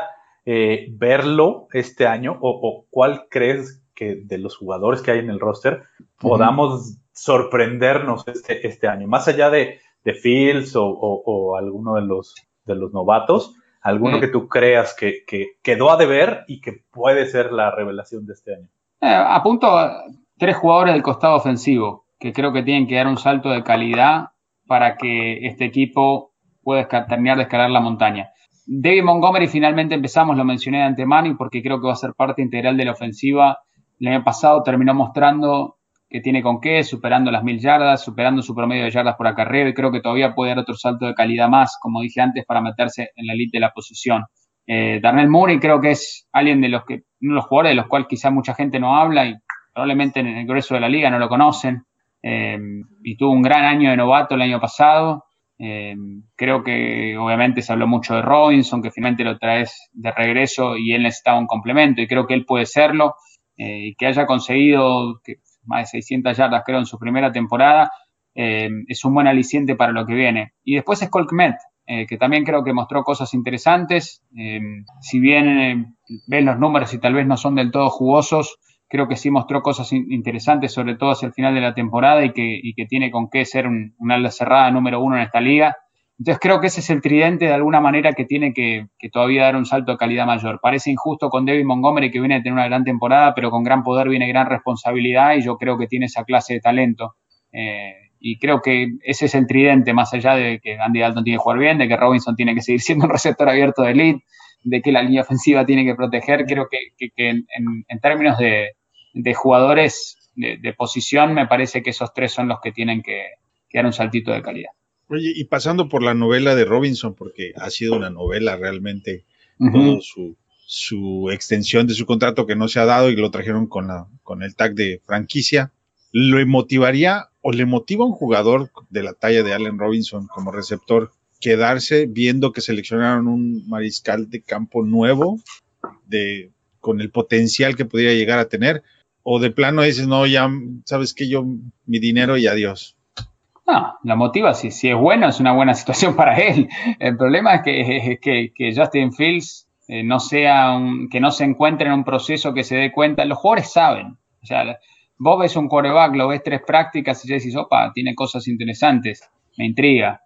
eh, verlo este año o, o cuál crees que de los jugadores que hay en el roster podamos uh-huh. sorprendernos este, este año? Más allá de, de Fields o, o, o alguno de los, de los novatos, alguno sí. que tú creas que, que quedó a deber y que puede ser la revelación de este año. Eh, apunto a tres jugadores del costado ofensivo que creo que tienen que dar un salto de calidad para que este equipo pueda terminar de escalar la montaña. David Montgomery finalmente empezamos, lo mencioné de antemano y porque creo que va a ser parte integral de la ofensiva. El año pasado terminó mostrando que tiene con qué, superando las mil yardas, superando su promedio de yardas por acarreo y creo que todavía puede dar otro salto de calidad más, como dije antes, para meterse en la elite de la posición. Eh, Darnell Mooney creo que es alguien de los que, uno de los jugadores de los cuales quizá mucha gente no habla y probablemente en el grueso de la liga no lo conocen. Eh, y tuvo un gran año de novato el año pasado. Eh, creo que obviamente se habló mucho de Robinson, que finalmente lo traes de regreso y él necesitaba un complemento y creo que él puede serlo eh, y que haya conseguido que más de seiscientas yardas creo en su primera temporada eh, es un buen aliciente para lo que viene. Y después es Cole Kmet, eh, que también creo que mostró cosas interesantes, eh, si bien eh, ves los números y tal vez no son del todo jugosos, creo que sí mostró cosas interesantes, sobre todo hacia el final de la temporada y que, y que tiene con qué ser un, un ala cerrada número uno en esta liga. Entonces creo que ese es el tridente de alguna manera que tiene que, que todavía dar un salto de calidad mayor. Parece injusto con David Montgomery, que viene a tener una gran temporada, pero con gran poder viene gran responsabilidad y yo creo que tiene esa clase de talento. Eh, y creo que ese es el tridente, más allá de que Andy Dalton tiene que jugar bien, de que Robinson tiene que seguir siendo un receptor abierto de elite, de que la línea ofensiva tiene que proteger. Creo que, que, que en, en términos de, de jugadores de, de posición, me parece que esos tres son los que tienen que, que dar un saltito de calidad. Oye, y pasando por la novela de Robinson, porque ha sido una novela realmente, uh-huh. todo su, su extensión de su contrato que no se ha dado y lo trajeron con, la, con el tag de franquicia, ¿lo motivaría o le motiva a un jugador de la talla de Allen Robinson como receptor quedarse viendo que seleccionaron un mariscal de campo nuevo de, con el potencial que pudiera llegar a tener? ¿O de plano dices, no, ya sabes que yo, mi dinero y adiós? No, la motiva, si, si es bueno, es una buena situación para él. El problema es que, es que, que Justin Fields eh, no sea un, que no se encuentre en un proceso que se dé cuenta. Los jugadores saben. O sea, vos ves un quarterback, lo ves tres prácticas y ya decís, opa, tiene cosas interesantes, me intriga.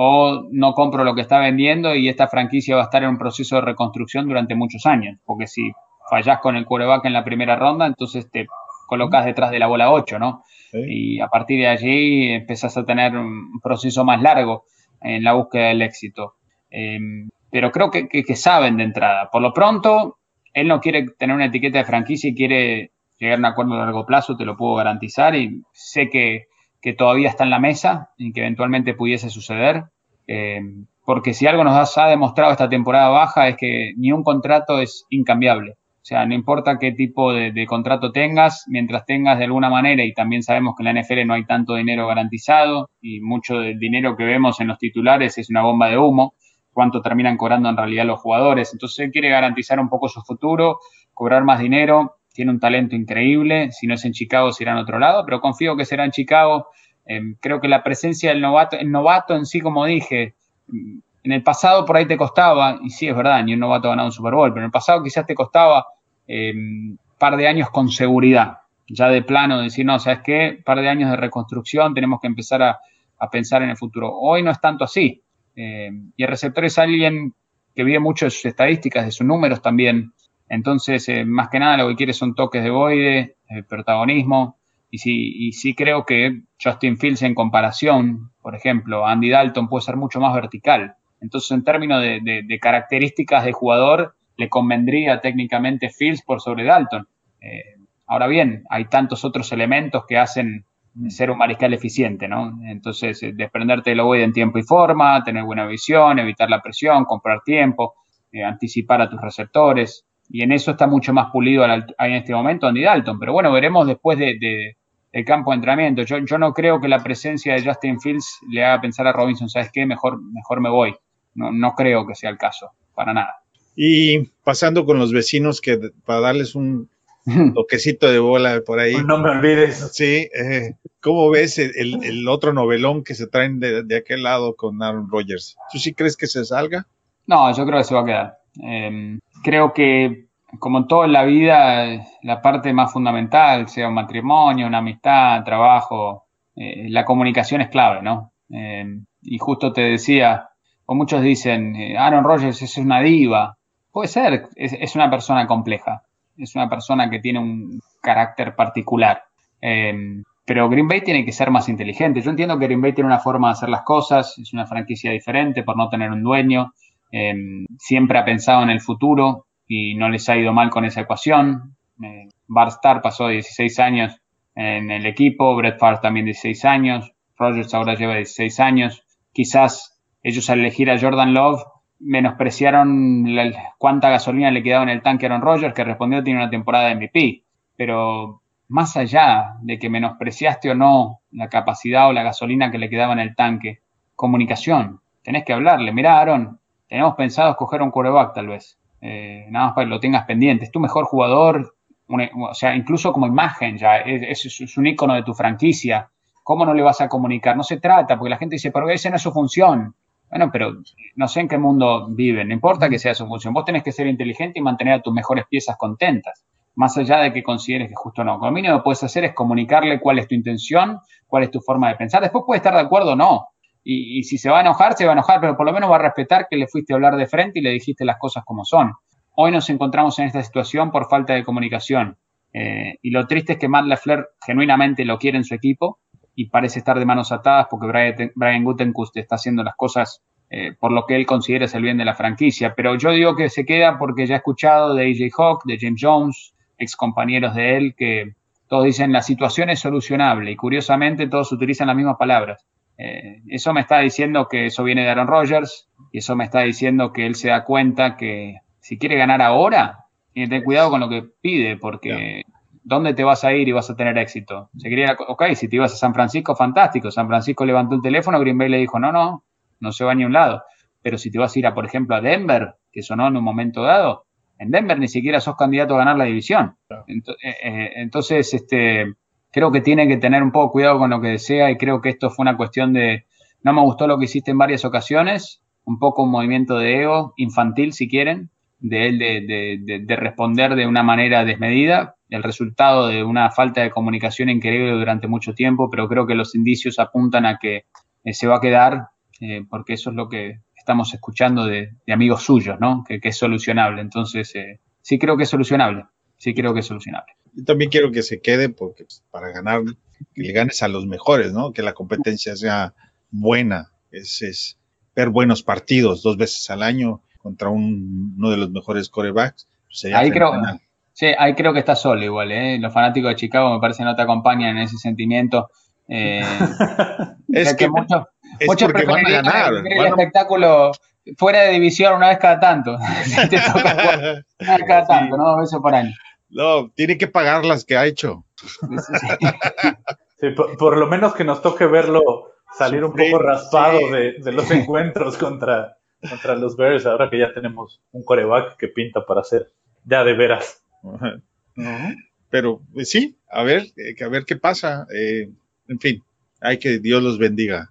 O no compro lo que está vendiendo y esta franquicia va a estar en un proceso de reconstrucción durante muchos años. Porque si fallás con el quarterback en la primera ronda, entonces te colocas detrás de la bola ocho, ¿no? Sí. Y a partir de allí empezás a tener un proceso más largo en la búsqueda del éxito. Eh, pero creo que, que, que saben de entrada. Por lo pronto, él no quiere tener una etiqueta de franquicia y quiere llegar a un acuerdo a largo plazo, te lo puedo garantizar, y sé que, que todavía está en la mesa y que eventualmente pudiese suceder. Eh, porque si algo nos ha demostrado esta temporada baja es que ni un contrato es incambiable. O sea, no importa qué tipo de, de contrato tengas, mientras tengas de alguna manera, y también sabemos que en la N F L no hay tanto dinero garantizado y mucho del dinero que vemos en los titulares es una bomba de humo, cuánto terminan cobrando en realidad los jugadores. Entonces él quiere garantizar un poco su futuro, cobrar más dinero, tiene un talento increíble, si no es en Chicago será en otro lado, pero confío que será en Chicago. Eh, creo que la presencia del novato, el novato en sí, como dije, en el pasado por ahí te costaba, y sí es verdad, ni un novato ha ganado un Super Bowl, pero en el pasado quizás te costaba eh, un par de años con seguridad, ya de plano, decir, no, ¿sabes qué? Un par de años de reconstrucción, tenemos que empezar a, a pensar en el futuro. Hoy no es tanto así. Eh, y el receptor es alguien que vive mucho de sus estadísticas, de sus números también. Entonces, eh, más que nada lo que quiere son toques de boide, eh, protagonismo. Y sí, y sí creo que Justin Fields en comparación, por ejemplo, Andy Dalton puede ser mucho más vertical. Entonces, en términos de, de, de características de jugador, le convendría técnicamente Fields por sobre Dalton. Eh, ahora bien, hay tantos otros elementos que hacen ser un mariscal eficiente, ¿no? Entonces, eh, desprenderte del ovoide en tiempo y forma, tener buena visión, evitar la presión, comprar tiempo, eh, anticipar a tus receptores. Y en eso está mucho más pulido al, en este momento Andy Dalton. Pero bueno, veremos después de, de, del campo de entrenamiento. Yo, yo no creo que la presencia de Justin Fields le haga pensar a Robinson, ¿sabes qué? Mejor, mejor me voy. No, no creo que sea el caso, para nada. Y pasando con los vecinos, que para darles un toquecito de bola por ahí. No me olvides. Sí, eh, ¿cómo ves el, el, el otro novelón que se traen de, de aquel lado con Aaron Rodgers? ¿Tú sí crees que se salga? No, yo creo que se va a quedar. Eh, creo que, como en todo en la vida, la parte más fundamental, sea un matrimonio, una amistad, trabajo, eh, la comunicación es clave, ¿no? Eh, y justo te decía, o muchos dicen, eh, Aaron Rodgers es una diva. Puede ser, es, es una persona compleja, es una persona que tiene un carácter particular. Eh, pero Green Bay tiene que ser más inteligente. Yo entiendo que Green Bay tiene una forma de hacer las cosas, es una franquicia diferente por no tener un dueño. Eh, siempre ha pensado en el futuro y no les ha ido mal con esa ecuación. Eh, Bart Starr pasó dieciséis años en el equipo, Brett Favre también dieciséis años, Rodgers ahora lleva dieciséis años. Quizás ellos al elegir a Jordan Love menospreciaron la, cuánta gasolina le quedaba en el tanque a Aaron Rodgers, que respondió tiene una temporada de M V P. Pero más allá de que menospreciaste o no la capacidad o la gasolina que le quedaba en el tanque, comunicación, tenés que hablarle. Mirá, Aaron, tenemos pensado escoger un quarterback tal vez, eh, nada más para que lo tengas pendiente. Es tu mejor jugador, una, o sea, incluso como imagen ya, es, es, es un ícono de tu franquicia. ¿Cómo no le vas a comunicar? No se trata, porque la gente dice, pero esa no es su función. Bueno, pero no sé en qué mundo viven, no importa que sea su función. Vos tenés que ser inteligente y mantener a tus mejores piezas contentas, más allá de que consideres que justo no. Lo mínimo que puedes hacer es comunicarle cuál es tu intención, cuál es tu forma de pensar. Después puede estar de acuerdo o no. Y, y si se va a enojar, se va a enojar, pero por lo menos va a respetar que le fuiste a hablar de frente y le dijiste las cosas como son. Hoy nos encontramos en esta situación por falta de comunicación. Eh, y lo triste es que Matt LaFleur genuinamente lo quiere en su equipo y parece estar de manos atadas porque Brian, Brian Gutekunst está haciendo las cosas eh, por lo que él considera es el bien de la franquicia. Pero yo digo que se queda porque ya he escuchado de A J Hawk, de James Jones, ex compañeros de él, que todos dicen la situación es solucionable y curiosamente todos utilizan las mismas palabras. Eh, eso me está diciendo que eso viene de Aaron Rodgers y eso me está diciendo que él se da cuenta que si quiere ganar ahora, tiene que tener cuidado con lo que pide porque yeah. ¿Dónde te vas a ir y vas a tener éxito? Se quería, ok, si te ibas a San Francisco, fantástico. San Francisco levantó el teléfono, Green Bay le dijo, no, no, no se va a ni un lado. Pero si te vas a ir, a, por ejemplo, a Denver, que sonó en un momento dado, en Denver ni siquiera sos candidato a ganar la división. Entonces, eh, entonces este, creo que tiene que tener un poco cuidado con lo que desea y creo que esto fue una cuestión de, no me gustó lo que hiciste en varias ocasiones, un poco un movimiento de ego, infantil si quieren, de él de, de, de, de responder de una manera desmedida, el resultado de una falta de comunicación increíble durante mucho tiempo, pero creo que los indicios apuntan a que eh, se va a quedar, eh, porque eso es lo que estamos escuchando de, de amigos suyos, ¿no? Que, que es solucionable. Entonces, eh, sí creo que es solucionable, sí creo que es solucionable. Yo también quiero que se quede porque pues, para ganar, que le ganes a los mejores, ¿no? Que la competencia sea buena, es, es ver buenos partidos dos veces al año contra un, uno de los mejores quarterbacks. Sería ahí creo, sí, ahí creo que está solo igual, ¿eh? Los fanáticos de Chicago me parece no te acompañan en ese sentimiento. Eh, es que, que muchos, es muchos porque van a ganar. El van a... espectáculo fuera de división una vez cada tanto. Te toca jugar una vez cada tanto, sí. ¿No? Dos veces por año. No, tiene que pagar las que ha hecho. Sí, por, por lo menos que nos toque verlo salir Sufrir, un poco raspado sí. de, de los encuentros contra, contra los Bears, ahora que ya tenemos un quarterback que pinta para ser ya de veras. Uh-huh. Uh-huh. Pero pues, sí, a ver, eh, a ver qué pasa. Eh, en fin, hay que Dios los bendiga.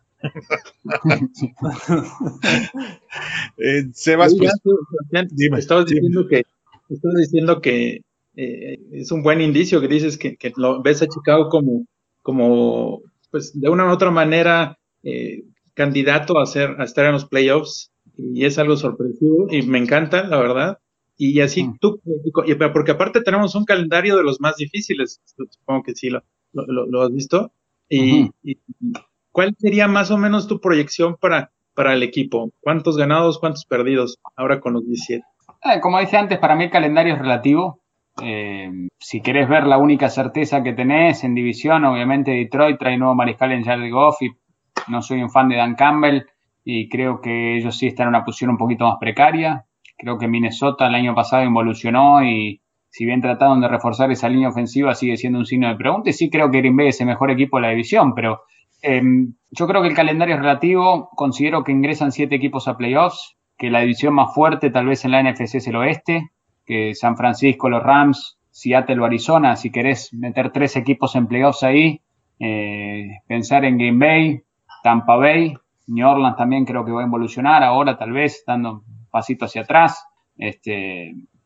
eh, Sebas, pues, ya, dime, estabas diciendo dime. que estabas diciendo que eh, es un buen indicio que dices que, que lo ves a Chicago como, como pues de una u otra manera eh, candidato a, ser, a estar en los playoffs y es algo sorpresivo y me encanta, la verdad. Y así mm. tú, porque aparte tenemos un calendario de los más difíciles, supongo que sí lo, lo, lo has visto. Y, uh-huh. y ¿cuál sería más o menos tu proyección para, para el equipo? ¿Cuántos ganados, cuántos perdidos ahora con los diecisiete? Eh, como dije antes, para mí el calendario es relativo. Eh, si querés ver la única certeza que tenés en división, obviamente Detroit trae nuevo mariscal en Jared Goff y no soy un fan de Dan Campbell y creo que ellos sí están en una posición un poquito más precaria. Creo que Minnesota el año pasado involucionó y si bien trataron de reforzar esa línea ofensiva sigue siendo un signo de pregunta y sí creo que Green Bay es el mejor equipo de la división, pero eh, yo creo que el calendario es relativo. Considero que ingresan siete equipos a playoffs, que la división más fuerte tal vez en la N F C es el oeste, que San Francisco, los Rams, Seattle o Arizona, si querés meter tres equipos en playoffs ahí, eh, pensar en Green Bay, Tampa Bay, New Orleans también creo que va a involucionar ahora tal vez dando un pasito hacia atrás, este,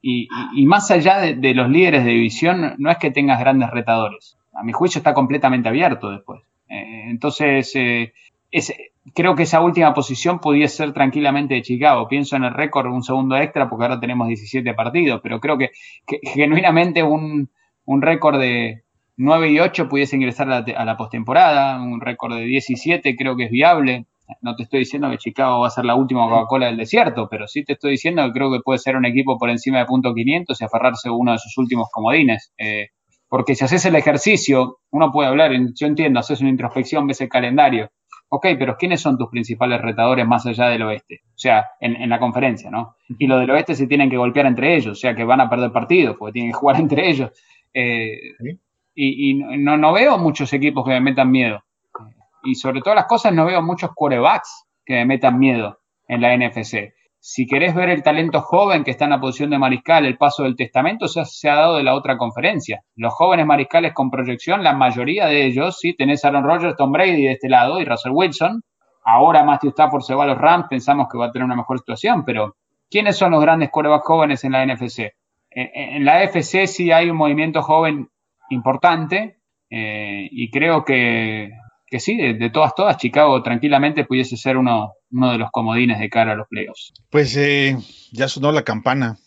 y, y, y más allá de, de los líderes de división, no es que tengas grandes retadores. A mi juicio está completamente abierto después. Eh, entonces, eh, es, creo que esa última posición pudiese ser tranquilamente de Chicago. Pienso en el récord, un segundo extra, porque ahora tenemos diecisiete partidos, pero creo que, que genuinamente un, un récord de nueve y ocho pudiese ingresar a la, a la postemporada, un récord de diecisiete creo que es viable. No te estoy diciendo que Chicago va a ser la última Coca-Cola del desierto, pero sí te estoy diciendo que creo que puede ser un equipo por encima de punto quinientos y aferrarse a uno de sus últimos comodines. Eh, porque si haces el ejercicio, uno puede hablar, yo entiendo, haces una introspección, ves el calendario. Ok, pero ¿quiénes son tus principales retadores más allá del oeste? O sea, en, en la conferencia, ¿no? Y los del oeste se tienen que golpear entre ellos, o sea, que van a perder partidos, porque tienen que jugar entre ellos. Eh, ¿Sí? Y, y no, no veo muchos equipos que me metan miedo. Y sobre todas las cosas no veo muchos quarterbacks que me metan miedo en la N F C. Si querés ver el talento joven que está en la posición de mariscal, el paso del testamento se ha, se ha dado de la otra conferencia. Los jóvenes mariscales con proyección, la mayoría de ellos, sí, tenés a Aaron Rodgers, Tom Brady de este lado y Russell Wilson. Ahora Matthew Stafford se va a los Rams, pensamos que va a tener una mejor situación, pero ¿quiénes son los grandes quarterbacks jóvenes en la N F C? En, en la A F C sí hay un movimiento joven importante eh, y creo que... que sí, de, de todas, todas, Chicago tranquilamente pudiese ser uno, uno de los comodines de cara a los playoffs. Pues eh, ya sonó la campana.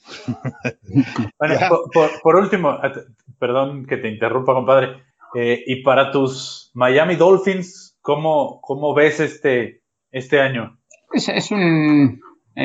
Bueno, por, por, por último, perdón que te interrumpa, compadre, eh, y para tus Miami Dolphins, ¿cómo, cómo ves este, este año? Es, es un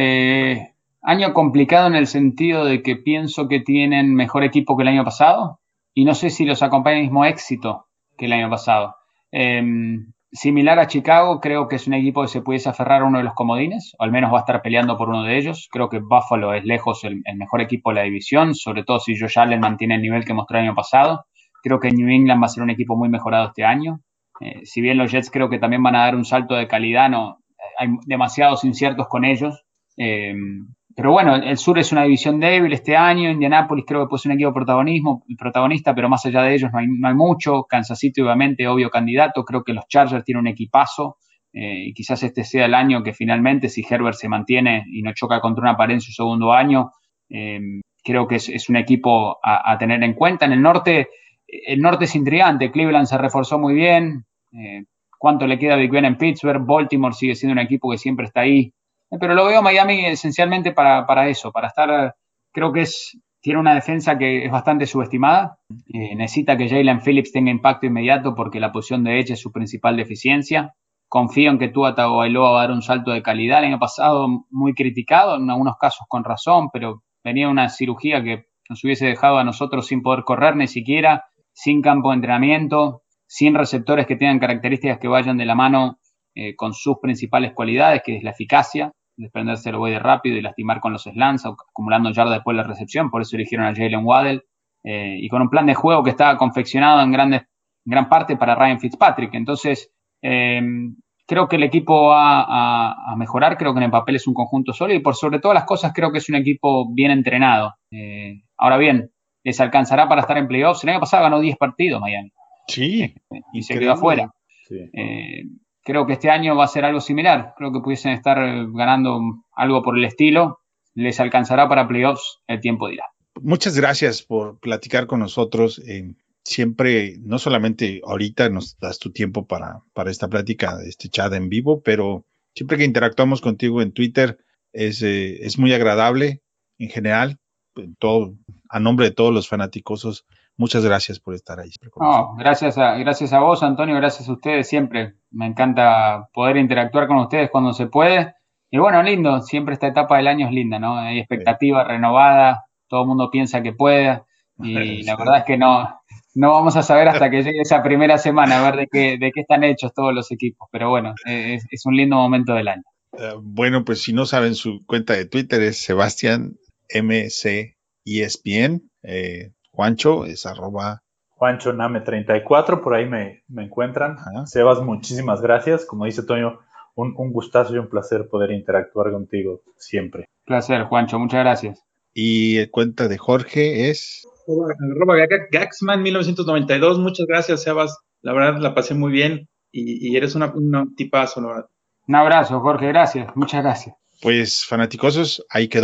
eh, año complicado en el sentido de que pienso que tienen mejor equipo que el año pasado y no sé si los acompaña el mismo éxito que el año pasado. Eh, similar a Chicago, creo que es un equipo que se pudiese aferrar a uno de los comodines, o al menos va a estar peleando por uno de ellos. Creo que Buffalo es lejos el, el mejor equipo de la división, sobre todo si Josh Allen mantiene el nivel que mostró el año pasado. Creo que New England va a ser un equipo muy mejorado este año. Eh, si bien los Jets creo que también van a dar un salto de calidad, no, hay demasiados inciertos con ellos. Eh, Pero bueno, el sur es una división débil este año. Indianapolis creo que puede ser un equipo protagonismo, protagonista, pero más allá de ellos no hay, no hay mucho. Kansas City, obviamente, obvio candidato. Creo que los Chargers tienen un equipazo. Eh, y quizás este sea el año que finalmente, si Herbert se mantiene y no choca contra una pared en su segundo año, eh, creo que es, es un equipo a, a tener en cuenta. En el norte, el norte es intrigante. Cleveland se reforzó muy bien. Eh, ¿Cuánto le queda a Big Ben en Pittsburgh? Baltimore sigue siendo un equipo que siempre está ahí. Pero lo veo Miami esencialmente para, para eso, para estar, creo que es, tiene una defensa que es bastante subestimada, eh, necesita que Jalen Phillips tenga impacto inmediato porque la posición de Edge es su principal deficiencia. Confío en que Tua Tagovailoa va a dar un salto de calidad. El año pasado muy criticado, en algunos casos con razón, pero venía una cirugía que nos hubiese dejado a nosotros sin poder correr ni siquiera, sin campo de entrenamiento, sin receptores que tengan características que vayan de la mano eh, con sus principales cualidades, que es la eficacia, desprenderse del de rápido y lastimar con los slants, acumulando yardas después de la recepción. Por eso eligieron a Jalen Waddell, eh, y con un plan de juego que estaba confeccionado en, grandes, en gran parte para Ryan Fitzpatrick. Entonces, eh, creo que el equipo va a, a mejorar. Creo que en el papel es un conjunto sólido y por sobre todas las cosas creo que es un equipo bien entrenado. Eh, ahora bien, ¿les alcanzará para estar en playoffs? El año pasado ganó diez partidos Miami. Sí. Eh, y se quedó afuera. Sí. Eh, Creo que este año va a ser algo similar. Creo que pudiesen estar ganando algo por el estilo. Les alcanzará para playoffs, el tiempo dirá. Muchas gracias por platicar con nosotros. Eh, siempre, no solamente ahorita nos das tu tiempo para, para esta plática, este chat en vivo, pero siempre que interactuamos contigo en Twitter es, eh, es muy agradable en general. Todo, a nombre de todos los fanaticosos, muchas gracias por estar ahí. No, gracias a, gracias a vos, Antonio, gracias a ustedes siempre. Me encanta poder interactuar con ustedes cuando se puede. Y bueno, lindo, siempre esta etapa del año es linda, ¿no? Hay expectativa sí. renovada, todo el mundo piensa que puede. Y sí. la verdad es que no, no vamos a saber hasta que llegue esa primera semana a ver de qué, de qué están hechos todos los equipos. Pero bueno, es, es un lindo momento del año. Uh, bueno, pues si no saben, su cuenta de Twitter es Sebastián M C E S P N. Eh, Juancho es arroba Juancho Name treinta y cuatro, por ahí me, me encuentran. Ajá. Sebas, muchísimas gracias. Como dice Toño, un, un gustazo y un placer poder interactuar contigo siempre. Placer, Juancho, muchas gracias. Y el cuenta de Jorge es arroba Gaxman mil novecientos noventa y dos. Muchas gracias, Sebas. La verdad la pasé muy bien y, y eres una, un tipazo, la verdad. Un abrazo, Jorge, gracias. Muchas gracias. Pues, fanaticosos, ahí quedó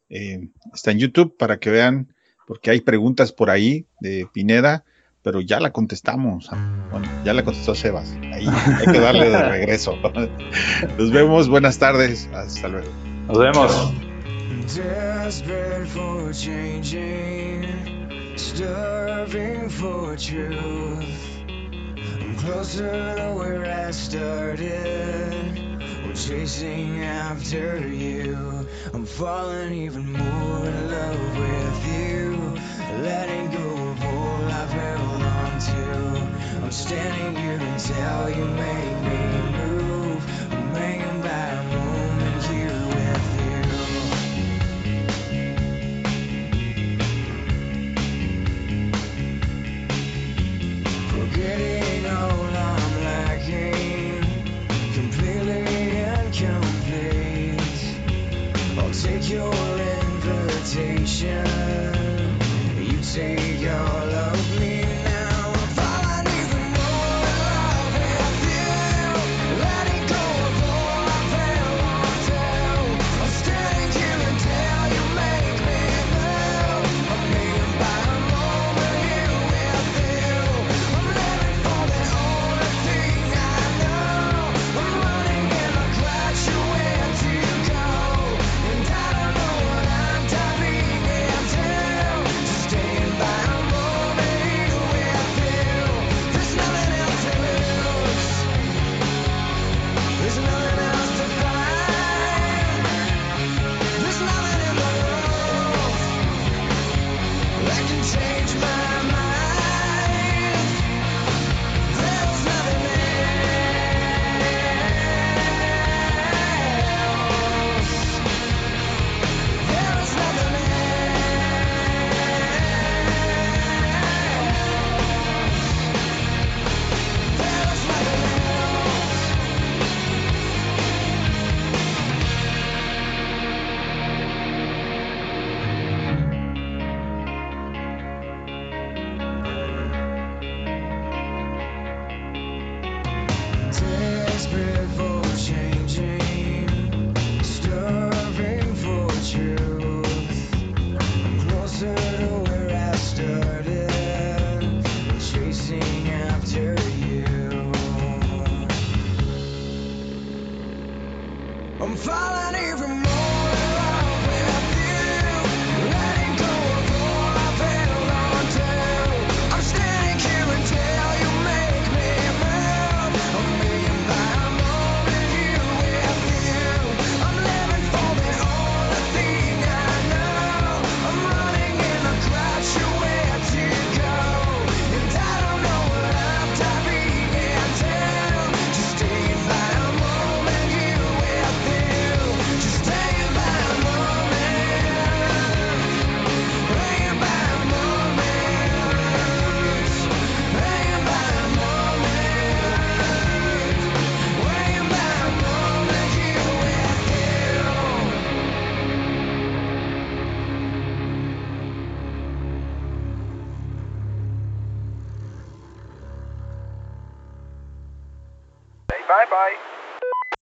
eh, está en YouTube para que vean, porque hay preguntas por ahí de Pineda, pero ya la contestamos. Bueno, ya la contestó Sebas. Ahí hay que darle de regreso. Nos vemos, buenas tardes, hasta luego. Nos vemos. Desperate for changing, starving for truth. I'm closer to where I started. We're chasing after you. I'm falling even more in love with you. Letting go of all I've held on to. I'm standing here until you make me move. I'm hanging by a moment here with you. Forgetting all I'm lacking, completely incomplete. I'll take your invitation, you take all of me now. I'm falling even more in love with you, letting go of all I've held on to. I'm standing here until you make me move. I'm being by a moment here with you. I'm living for the only thing I know. I'm running and I crash you where to go. And I don't know what I'm diving into. Just staying by a moment here with you. There's nothing else to lose. There's nothing else to find. There's nothing in the world that can change my mind. There's nothing else. There is nothing else. There is nothing else. Desperate for changing, starving for truth. I'm closer to where I started, chasing after you. I'm falling even more in love with you, letting go of all I've held on to. I'm standing here until you make me move. I'm being by a moment here with you. I'm living for the only thing I know. I'm running and I crash you where to go. And I don't know what I'm diving into. Just staying by a moment here with you. Just staying by a moment. Hanging by a moment. Hanging by a moment. Hanging by a moment here with you. Bye bye.